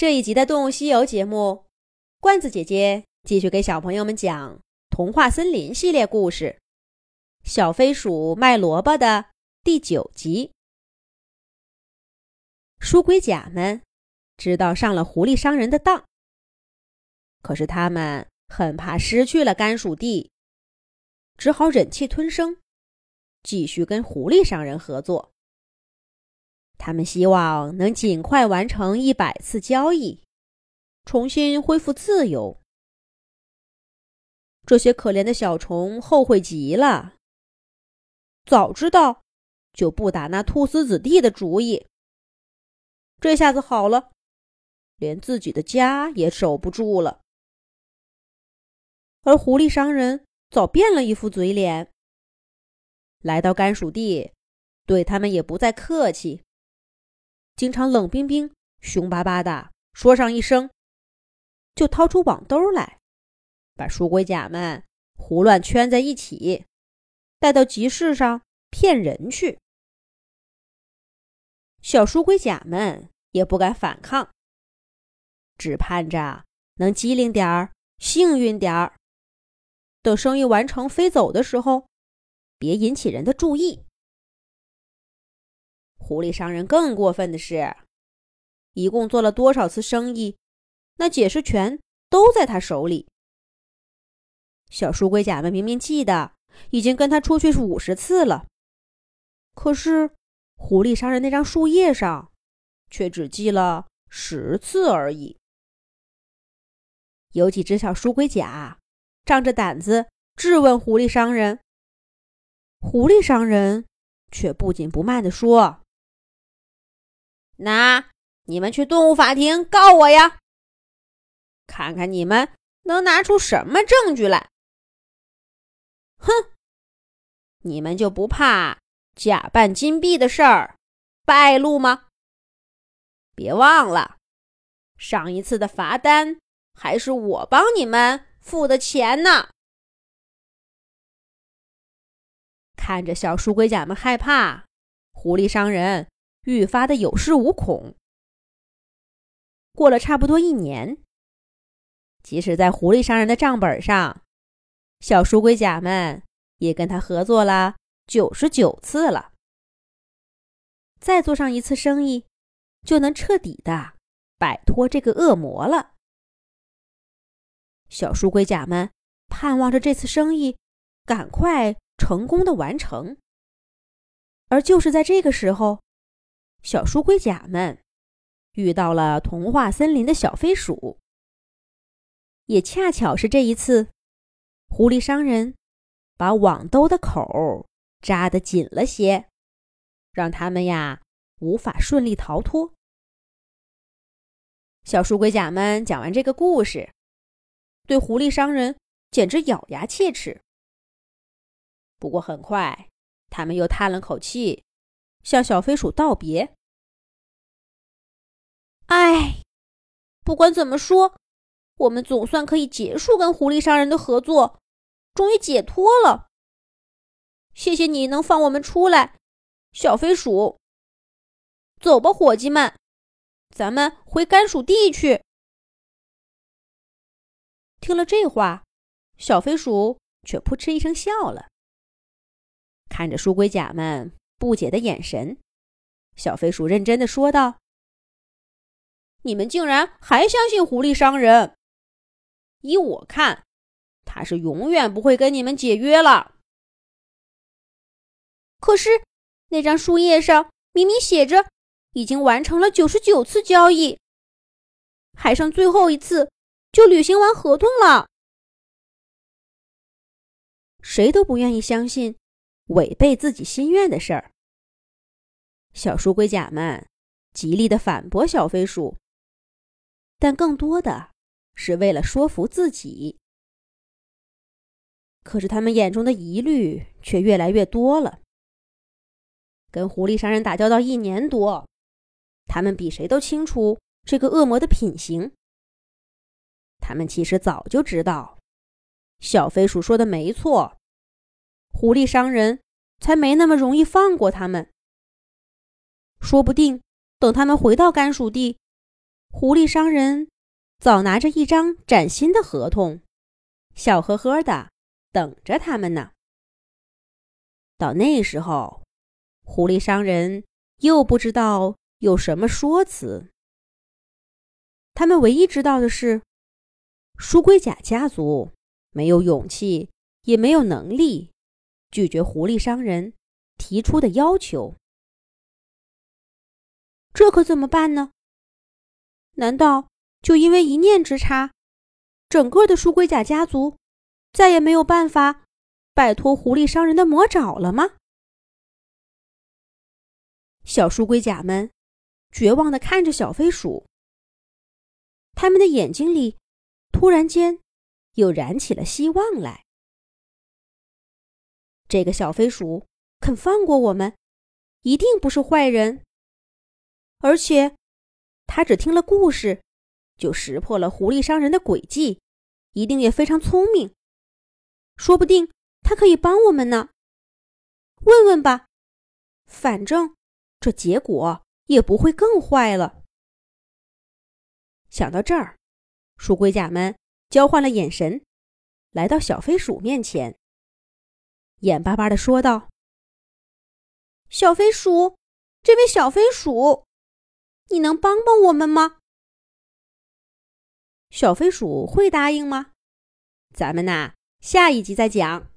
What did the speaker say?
这一集的《动物西游》节目，罐子姐姐继续给小朋友们讲童话森林系列故事《小飞鼠卖萝卜》的第9集。书龟甲们知道上了狐狸商人的当，可是他们很怕失去了甘薯地，只好忍气吞声，继续跟狐狸商人合作。他们希望能尽快完成100次交易，重新恢复自由。这些可怜的小虫后悔极了，早知道就不打那兔死子地的主意。这下子好了，连自己的家也守不住了。而狐狸商人早变了一副嘴脸，来到甘薯地，对他们也不再客气，经常冷冰冰、凶巴巴的说上一声，就掏出网兜来，把书龟甲们胡乱圈在一起，带到集市上骗人去。小书龟甲们也不敢反抗，只盼着能机灵点儿、幸运点儿，等生意完成飞走的时候，别引起人的注意。狐狸商人更过分的是，一共做了多少次生意，那解释权都在他手里。小书龟甲们明明记得已经跟他出去50次了，可是狐狸商人那张树叶上却只记了10次而已。有几只小书龟甲仗着胆子质问狐狸商人，狐狸商人却不紧不慢地说：那你们去动物法庭告我呀，看看你们能拿出什么证据来。哼，你们就不怕假扮金币的事儿败露吗？别忘了，上一次的罚单还是我帮你们付的钱呢。看着小书龟甲们害怕，狐狸商人愈发的有恃无恐。过了差不多1年，即使在狐狸商人的账本上，小书龟甲们也跟他合作了99次了。再做上一次生意，就能彻底的摆脱这个恶魔了。小书龟甲们盼望着这次生意赶快成功的完成。而就是在这个时候，小书龟甲们遇到了童话森林的小飞鼠。也恰巧是这一次，狐狸商人把网兜的口扎得紧了些，让他们呀无法顺利逃脱。小书龟甲们讲完这个故事，对狐狸商人简直咬牙切齿。不过很快，他们又叹了口气，向小飞鼠道别。唉，不管怎么说，我们总算可以结束跟狐狸商人的合作，终于解脱了。谢谢你能放我们出来，小飞鼠。走吧，伙计们，咱们回甘薯地去。听了这话，小飞鼠却扑哧一声笑了。看着书龟甲们不解的眼神，小飞鼠认真地说道：你们竟然还相信狐狸商人？依我看，他是永远不会跟你们解约了。可是那张树叶上明明写着已经完成了99次交易，还剩最后一次就履行完合同了。谁都不愿意相信违背自己心愿的事儿。小书龟甲们极力地反驳小飞鼠，但更多的是为了说服自己。可是他们眼中的疑虑却越来越多了。跟狐狸商人打交道1年多，他们比谁都清楚这个恶魔的品行。他们其实早就知道，小飞鼠说的没错，狐狸商人才没那么容易放过他们。说不定等他们回到甘薯地， 狐狸商人早拿着一张崭新的合同，笑呵呵的等着他们呢。到那时候，狐狸商人又不知道有什么说辞。他们唯一知道的是，书龟甲家族没有勇气，也没有能力拒绝狐狸商人提出的要求。这可怎么办呢？难道就因为一念之差，整个的书龟甲家族再也没有办法摆脱狐狸商人的魔爪了吗？小书龟甲们绝望地看着小飞鼠，他们的眼睛里突然间又燃起了希望来。这个小飞鼠肯放过我们，一定不是坏人，而且他只听了故事就识破了狐狸商人的诡计，一定也非常聪明，说不定他可以帮我们呢。问问吧，反正这结果也不会更坏了。想到这儿，书龟甲们交换了眼神，来到小飞鼠面前，眼巴巴地说道：小飞鼠，这位小飞鼠，你能帮帮我们吗？小飞鼠会答应吗？咱们下一集再讲。